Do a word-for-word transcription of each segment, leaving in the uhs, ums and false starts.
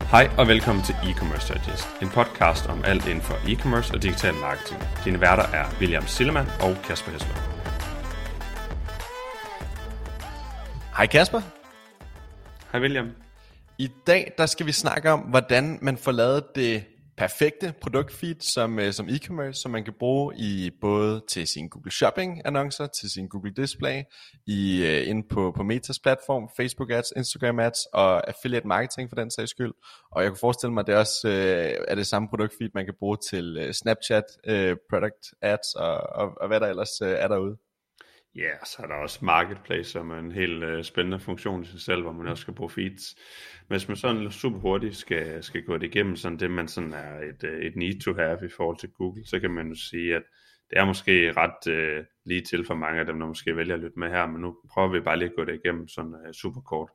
Hej og velkommen til E-Commerce Digest, en podcast om alt inden for e-commerce og digital marketing. Dine værter er William Sillemann og Kasper Hesler. Hej Kasper. Hej William. I dag der skal vi snakke om, hvordan man får lavet det perfekte produktfeed som, uh, som e-commerce, som man kan bruge i både til sin Google Shopping annoncer, til sin Google Display, i uh, inde på, på Metas platform, Facebook Ads, Instagram Ads og affiliate marketing for den sags skyld. Og jeg kunne forestille mig, at det også uh, er det samme produktfeed, man kan bruge til uh, Snapchat, uh, Product Ads og, og, og hvad der ellers uh, er derude. Ja, yeah, så er der også Marketplace, som er en helt uh, spændende funktion i sig selv, hvor man også skal bruge feeds. Men hvis man sådan super hurtigt skal, skal gå det igennem, sådan det man sådan er et, et need to have i forhold til Google, så kan man jo sige, at det er måske ret uh, lige til for mange af dem, der måske vælger at lytte med her, men nu prøver vi bare lige at gå det igennem sådan uh, super kort.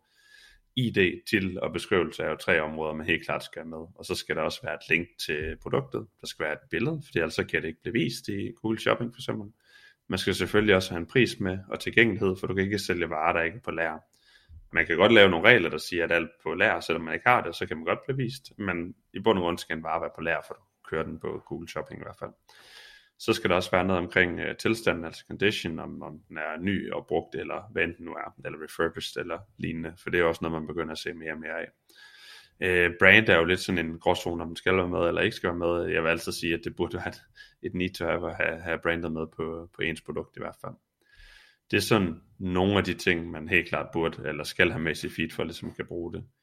I D, titel og beskrivelse er jo tre områder, man helt klart skal have med. Og så skal der også være et link til produktet, der skal være et billede, fordi ellers kan det ikke blive vist i Google Shopping for eksempel. Man skal selvfølgelig også have en pris med og tilgængelighed, for du kan ikke sælge varer, der ikke er på lager. Man kan godt lave nogle regler, der siger, at alt på lager, selvom man ikke har det, så kan man godt blive vist. Men i bund og grund skal en vare være på lager, for du kører den på Google Shopping i hvert fald. Så skal der også være noget omkring uh, tilstanden, altså condition, om, om den er ny og brugt, eller hvad enten nu er, eller refurbished eller lignende. For det er også noget, man begynder at se mere og mere af. Uh, brand er jo lidt sådan en gråzone, om den skal være med eller ikke skal være med. Jeg vil altid sige, at det burde være et need to have at have, have brandet med på, på ens produkt i hvert fald. Det er sådan nogle af de ting, man helt klart burde eller skal have med i sit feed, for ligesom man kan bruge det.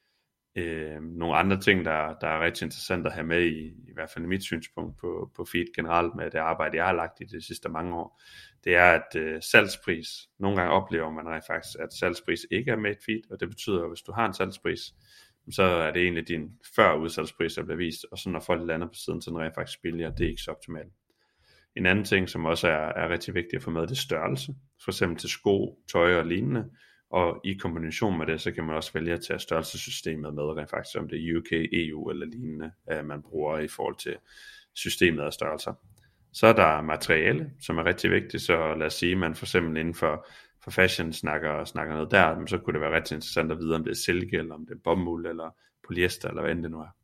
Uh, nogle andre ting, der, der er rigtig interessant at have med i, i hvert fald i mit synspunkt på, på feed generelt med det arbejde, jeg har lagt i de sidste mange år, det er, at uh, salgspris, nogle gange oplever man rent faktisk, at salgspris ikke er med i et feed, og det betyder, at hvis du har en salgspris, så er det egentlig din før udsalgspris, der bliver vist, og så når folk lander på siden, så er den rent faktisk billigere, det er ikke så optimalt. En anden ting, som også er, er rigtig vigtigt at få med, det er størrelse, for eksempel til sko, tøj og lignende, og i kombination med det, så kan man også vælge at tage størrelsessystemet med, rent faktisk om det er U K, E U eller lignende, man bruger i forhold til systemet af størrelser. Så er der materiale, som er rigtig vigtigt, så lad os sige, at man for eksempel inden for for fashion snakker, snakker noget der, så kunne det være rigtig interessant at vide, om det er silke, eller om det er bomuld, eller polyester, eller hvad end det nu er.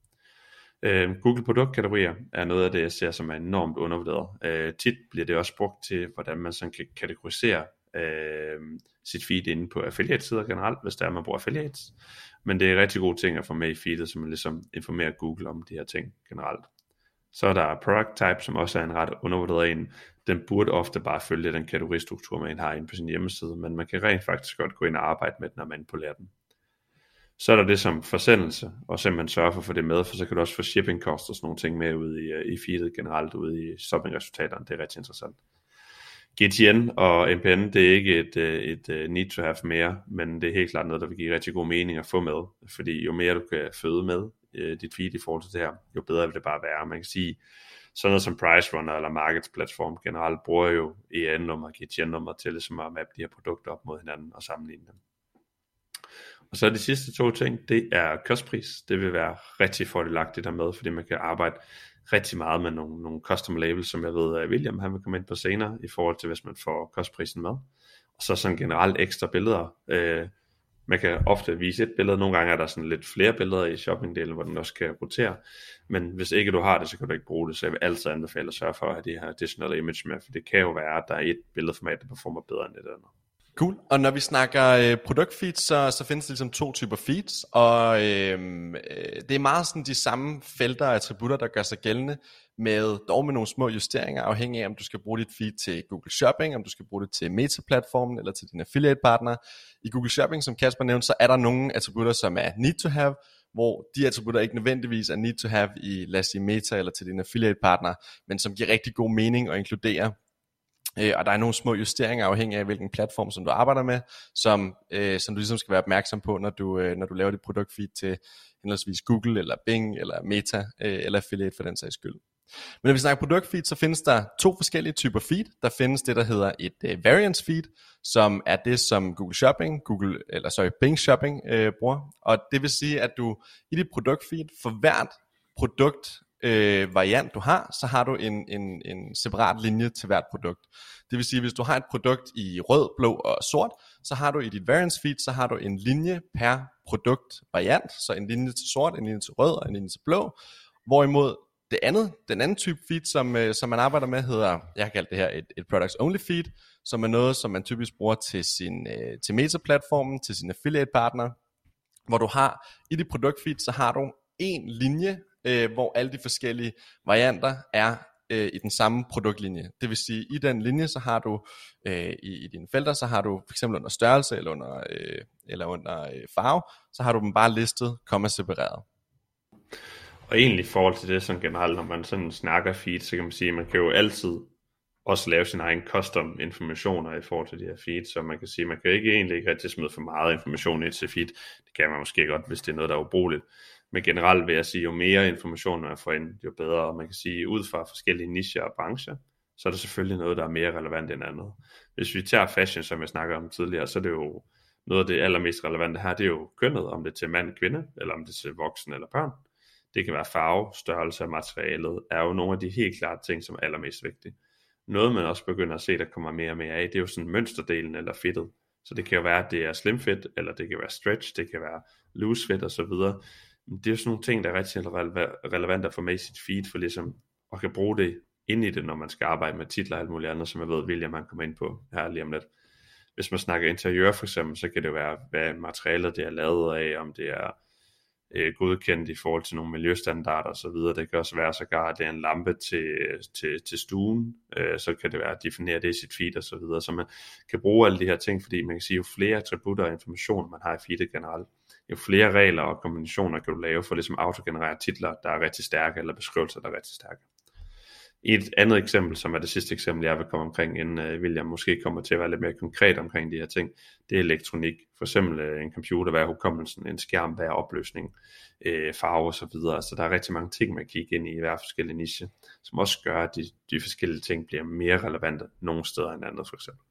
Øh, Google produktkategorier er noget af det, jeg ser som er enormt undervurderet. Øh, tit bliver det også brugt til, hvordan man sådan kan kategorisere øh, sit feed inde på affiliate-sider generelt, hvis der er, man bruger affiliates. Men det er rigtig gode ting at få med i feedet, så man ligesom informerer Google om de her ting generelt. Så er der product type, som også er en ret undervurderet en. Den burde ofte bare følge den kategoristruktur, man har inde på sin hjemmeside, men man kan rent faktisk godt gå ind og arbejde med den, når man manipulerer den. Så er der det som forsendelse, og simpelthen sørge for at få det med, for så kan du også få shipping cost og sådan nogle ting med ud i, i feedet generelt, ude i shoppingresultaterne. Det er rigtig interessant. G T N og M P N, det er ikke et, et, et need to have mere, men det er helt klart noget, der vil give rigtig god mening at få med, fordi jo mere du kan føde med dit feed i forhold til det her, jo bedre vil det bare være. Man kan sige, sådan noget som Price Runner eller Markets Platform generelt bruger jo E N-nummer og G T N-nummer til ligesom at mappe de her produkter op mod hinanden og sammenligne dem. Og så de sidste to ting, det er kostpris. Det vil være rigtig fordelagtigt der med, fordi man kan arbejde rigtig meget med nogle, nogle custom labels, som jeg ved, at William han vil komme ind på senere, i forhold til hvis man får kostprisen med. Og så sådan generelt ekstra billeder. Øh, Man kan ofte vise et billede. Nogle gange er der sådan lidt flere billeder i shoppingdelen, hvor den også kan rotere. Men hvis ikke du har det, så kan du ikke bruge det. Så jeg vil altid anbefale at sørge for at have de her additional image med. For det kan jo være, at der er et billedformat, der performer bedre end det andet. Cool. Og når vi snakker øh, produktfeeds, så, så findes det ligesom to typer feeds. Og øh, det er meget sådan de samme felter og attributter, der gør sig gældende. Med, dog med nogle små justeringer, afhængig af om du skal bruge dit feed til Google Shopping, om du skal bruge det til Meta-platformen eller til din affiliate-partner. I Google Shopping, som Kasper nævnte, så er der nogle attributter, som er need to have, hvor de attributter ikke nødvendigvis er need to have i, lad os sige, Meta eller til din affiliate-partner, men som giver rigtig god mening at inkludere. Og der er nogle små justeringer afhængig af hvilken platform som du arbejder med, som, øh, som du ligesom skal være opmærksom på, når du, øh, når du laver dit produktfeed til henholdsvis Google eller Bing eller Meta øh, eller affiliate for den sags skyld. Men når vi snakker produktfeed, så findes der to forskellige typer feed. Der findes det, der hedder et uh, variance feed, som er det, som Google Shopping, Google, eller sorry, Bing Shopping øh, bruger. Og det vil sige, at du i dit produktfeed for hvert produkt øh, variant du har, så har du en, en, en separat linje til hvert produkt. Det vil sige, hvis du har et produkt i rød, blå og sort, så har du i dit variance feed, så har du en linje per produktvariant, så en linje til sort, en linje til rød og en linje til blå. Hvorimod det andet, den anden type feed, som, øh, som man arbejder med, hedder, jeg har kaldt det her et, et products only feed, som er noget, som man typisk bruger til sin øh, til Meta-platformen, til sine affiliate-partnere, hvor du har i dit produktfeed, så har du en linje, øh, hvor alle de forskellige varianter er øh, i den samme produktlinje. Det vil sige, i den linje, så har du øh, i, i dine felter, så har du for eksempel under størrelse eller under, øh, eller under øh, farve, så har du dem bare listet, komma separeret. Og egentlig i forhold til det sådan generelt, når man sådan snakker feed, så kan man sige, at man kan jo altid også lave sin egen custom informationer i forhold til de her feed, så man kan sige, at man kan ikke egentlig ikke rigtig smide for meget information ind til feed. Det kan man måske godt, hvis det er noget, der er ubrugeligt. Men generelt vil jeg sige, jo mere information man får ind, jo bedre. Og man kan sige, ud fra forskellige nicher og brancher, så er det selvfølgelig noget, der er mere relevant end andet. Hvis vi tager fashion, som jeg snakkede om tidligere, så er det jo noget af det allermest relevante her, det er jo kønnet, om det er til mand, kvinde, eller om det er til voksen eller børn. Det kan være farve, størrelse af materialet, er jo nogle af de helt klare ting, som er allermest vigtige. Noget man også begynder at se, der kommer mere og mere af, det er jo sådan mønsterdelen eller fittet. Så det kan jo være, at det er slim fit, eller det kan være stretch, det kan være loose fit og så videre. Det er jo sådan nogle ting, der er rigtig relevante at få med i sit feed, for ligesom at kan bruge det ind i det, når man skal arbejde med titler og alt muligt andet, som jeg ved, William man kommer ind på her lige om lidt. Hvis man snakker interiør for eksempel, så kan det være, hvad materialet det er lavet af, om det er øh, godkendt i forhold til nogle miljøstandarder og så videre. Det kan også være sågar, at det er en lampe til, til, til stuen, øh, så kan det være at definere det i sit feed og så videre. Så man kan bruge alle de her ting, fordi man kan sige, jo flere attributter og information man har i feedet generelt, jo flere regler og kombinationer kan du lave for ligesom autogenerere titler, der er rigtig stærke, eller beskrivelser, der er rigtig stærke. Et andet eksempel, som er det sidste eksempel, jeg vil komme omkring, inden uh, William måske kommer til at være lidt mere konkret omkring de her ting, det er elektronik. For eksempel uh, en computer, hvad er hukommelsen, en skærm, hvad er opløsning, uh, farve og så videre. Så der er rigtig mange ting, man kan kigge ind i i hver forskellige niche, som også gør, at de, de forskellige ting bliver mere relevante nogle steder end andre for eksempel.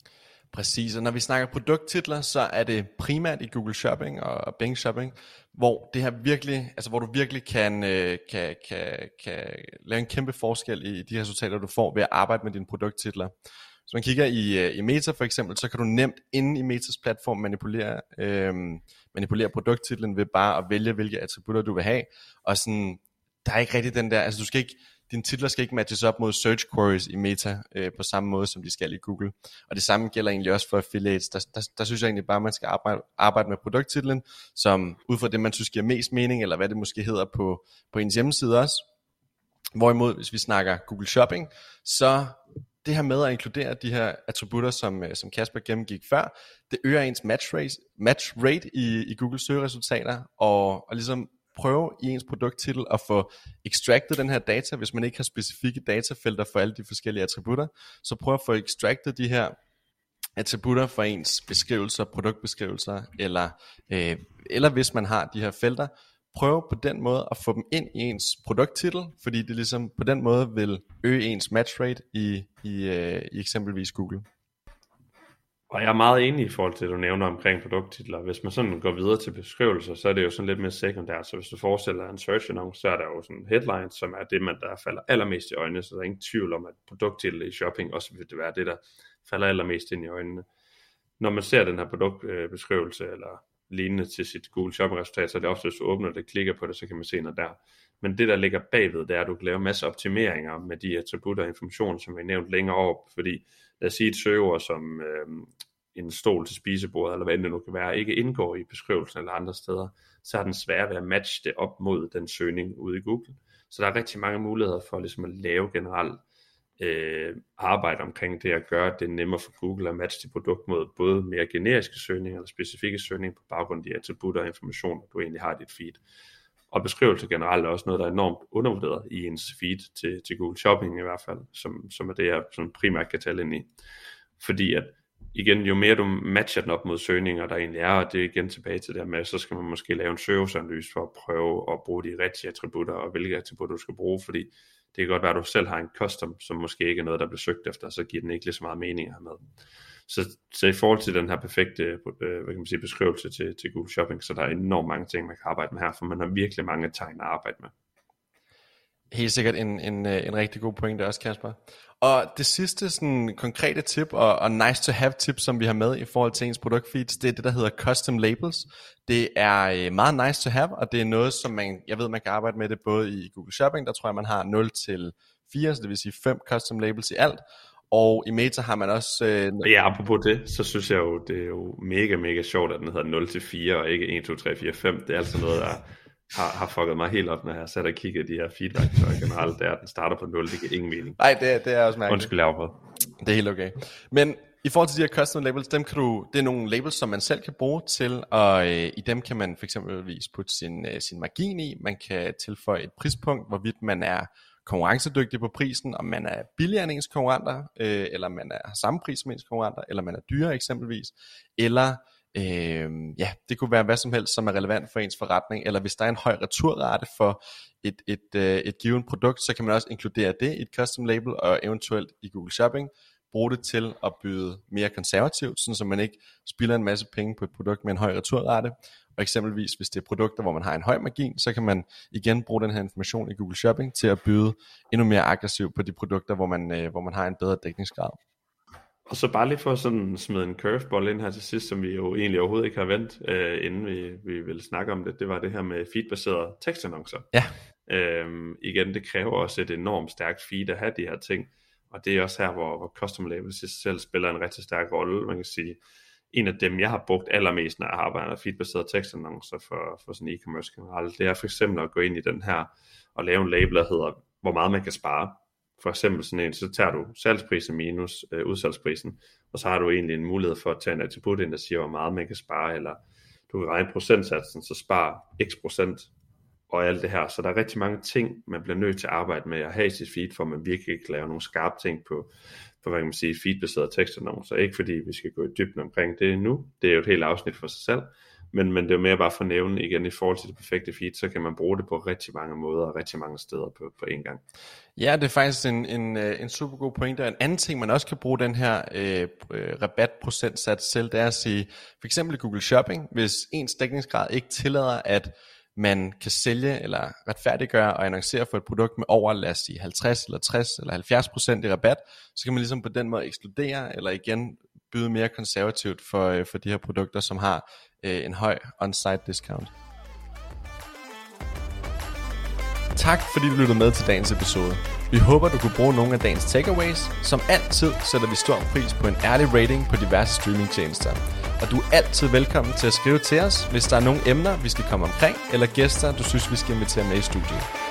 Præcis, og når vi snakker produkttitler, så er det primært i Google Shopping og Bing Shopping, hvor det her virkelig, altså hvor du virkelig kan, kan, kan, kan lave en kæmpe forskel i de resultater, du får ved at arbejde med dine produkttitler. Hvis man kigger i, i Meta for eksempel, så kan du nemt inde i Metas platform manipulere, øhm, manipulere produkttitlen ved bare at vælge, hvilke attributter du vil have, og sådan, der er ikke rigtig den der, altså du skal ikke, dine titler skal ikke matches op mod search queries i Meta øh, på samme måde, som de skal i Google. Og det samme gælder egentlig også for affiliates. Der, der, der synes jeg egentlig bare, at man skal arbejde, arbejde med produkttitlen, som ud fra det, man synes giver mest mening, eller hvad det måske hedder på, på ens hjemmeside også. Hvorimod, hvis vi snakker Google Shopping, så det her med at inkludere de her attributter, som, som Kasper gennemgik før, det øger ens match rate, match rate i, i Google søgeresultater, og, og ligesom prøve i ens produkttitel at få extractet den her data, hvis man ikke har specifikke datafelter for alle de forskellige attributter, så prøv at få extractet de her attributter for ens beskrivelser, produktbeskrivelser, eller, øh, eller hvis man har de her felter, prøv på den måde at få dem ind i ens produkttitel, fordi det ligesom på den måde vil øge ens match rate i, i, øh, i eksempelvis Google. Og jeg er meget enig i forhold til det, du nævner omkring produkttitler. Hvis man sådan går videre til beskrivelser, så er det jo sådan lidt mere sekundært. Så hvis du forestiller en search annonce, så er der jo sådan headlines, som er det, man der falder allermest i øjnene. Så der er ingen tvivl om, at produkttitler i shopping også vil det være det, der falder allermest ind i øjnene. Når man ser den her produktbeskrivelse eller lignende til sit Google Shopping resultat, så er det ofte, hvis du åbner det og klikker på det, så kan man se noget der. Men det, der ligger bagved, det er, at du kan lave en masse optimeringer med de attributter og information, som vi nævnt længere op, fordi lad os sige et søgeord som øh, en stol til spisebordet, eller hvad det nu kan være, ikke indgår i beskrivelsen eller andre steder, så er den svær ved at matche det op mod den søgning ude i Google. Så der er rigtig mange muligheder for ligesom at lave generelt øh, arbejde omkring det, at gøre, at det er nemmere for Google at matche dit produkt mod både mere generiske søgninger eller specifikke søgninger på baggrund af de attributter og informationer, du egentlig har i dit feed. Og beskrivelse generelt er også noget, der er enormt undervurderet i ens feed til, til Google Shopping i hvert fald, som, som er det, jeg som primært kan tale ind i. Fordi at, igen, jo mere du matcher den op mod søgninger, der egentlig er, og det er igen tilbage til det med, så skal man måske lave en søgeanalyse for at prøve at bruge de rigtige attributter, og hvilke attributter du skal bruge, fordi det kan godt være, at du selv har en custom, som måske ikke er noget, der bliver søgt efter, så giver den ikke lige så meget mening at have med. Så, så i forhold til den her perfekte øh, hvad kan man sige, beskrivelse til, til Google Shopping, så der er enormt mange ting, man kan arbejde med her, for man har virkelig mange tegn at arbejde med. Helt sikkert en, en, en rigtig god pointe også, Kasper. Og det sidste sådan, konkrete tip og, og nice to have tip, som vi har med i forhold til ens produktfeeds, det er det, der hedder custom labels. Det er meget nice to have, og det er noget, som man, jeg ved, man kan arbejde med det både i Google Shopping, der tror jeg, man har nul til fire, så det vil sige fem custom labels i alt. Og i Meta har man også... Øh... Ja, apropos det, så synes jeg jo, det er jo mega, mega sjovt, at den hedder nul til fire, og ikke et, to, tre, fire, fem. Det er altså noget, der har, har fucket mig helt op, når jeg har sat og kigget de her feedback-tøj generelt, der den starter på nul, det giver ingen mening. Nej, det, det er også mærkeligt. Undskyld, jeg afbrød. Det er helt okay. Men i forhold til de her custom labels, dem kan du, det er nogle labels, som man selv kan bruge til, og øh, i dem kan man for eksempelvis putte sin, øh, sin margin i. Man kan tilføje et prispunkt, hvorvidt man er konkurrencedygtig på prisen, om man er billigere end ens konkurrenter, øh, eller man er, har samme pris som ens konkurrenter, eller man er dyrere eksempelvis, eller øh, ja, det kunne være hvad som helst, som er relevant for ens forretning, eller hvis der er en høj returrate for et, et, øh, et givet produkt, så kan man også inkludere det i et custom label, og eventuelt i Google Shopping bruge det til at byde mere konservativt, sådan så man ikke spilder en masse penge på et produkt med en høj returrate. Og eksempelvis hvis det er produkter, hvor man har en høj margin, så kan man igen bruge den her information i Google Shopping til at byde endnu mere aggressivt på de produkter, hvor man, øh, hvor man har en bedre dækningsgrad. Og så bare lige for sådan smide en curveball ind her til sidst, som vi jo egentlig overhovedet ikke har vendt, øh, inden vi, vi ville snakke om det, det var det her med feedbaserede tekstannoncer. Ja. Øhm, igen, det kræver også et enormt stærkt feed at have de her ting, og det er også her, hvor, hvor custom labels i sig selv spiller en rigtig stærk rolle. Man kan sige, en af dem, jeg har brugt allermest, når jeg arbejder med feedbaserede tekstannoncer for, for sådan e-commerce generelt, det er for eksempel at gå ind i den her og lave en label, der hedder, hvor meget man kan spare. For eksempel sådan en, så tager du salgsprisen minus øh, udsalgsprisen, og så har du egentlig en mulighed for at tage en attribut ind, der siger, hvor meget man kan spare, eller du kan regne procentsatsen, så spar x procent, og alt det her. Så der er rigtig mange ting, man bliver nødt til at arbejde med at have i sit feed, for man virkelig kan lave nogle skarpe ting på, på hvad kan man sige, feedbaserede tekstannoncer. Ikke fordi vi skal gå i dybden omkring det nu, det er jo et helt afsnit for sig selv, men, men det er jo mere bare for at nævne igen, i forhold til det perfekte feed, så kan man bruge det på rigtig mange måder, og rigtig mange steder på, på én gang. Ja, det er faktisk en, en, en super god pointe. En anden ting, man også kan bruge den her øh, rabatprocentsats til, det er at sige, for eksempel i Google Shopping, hvis ens dækningsgrad ikke tillader, at man kan sælge eller retfærdiggøre og annoncere for et produkt med over, lad os sige, halvtreds eller tres eller halvfjerds procent i rabat, så kan man ligesom på den måde ekskludere, eller igen byde mere konservativt for, for de her produkter, som har øh, en høj on-site discount. Tak fordi du lyttede med til dagens episode. Vi håber du kunne bruge nogle af dagens takeaways. Som altid sætter vi stor pris på en ærlig rating på diverse streamingtjenester. Og du er altid velkommen til at skrive til os, hvis der er nogle emner vi skal komme omkring, eller gæster du synes vi skal invitere med i studiet.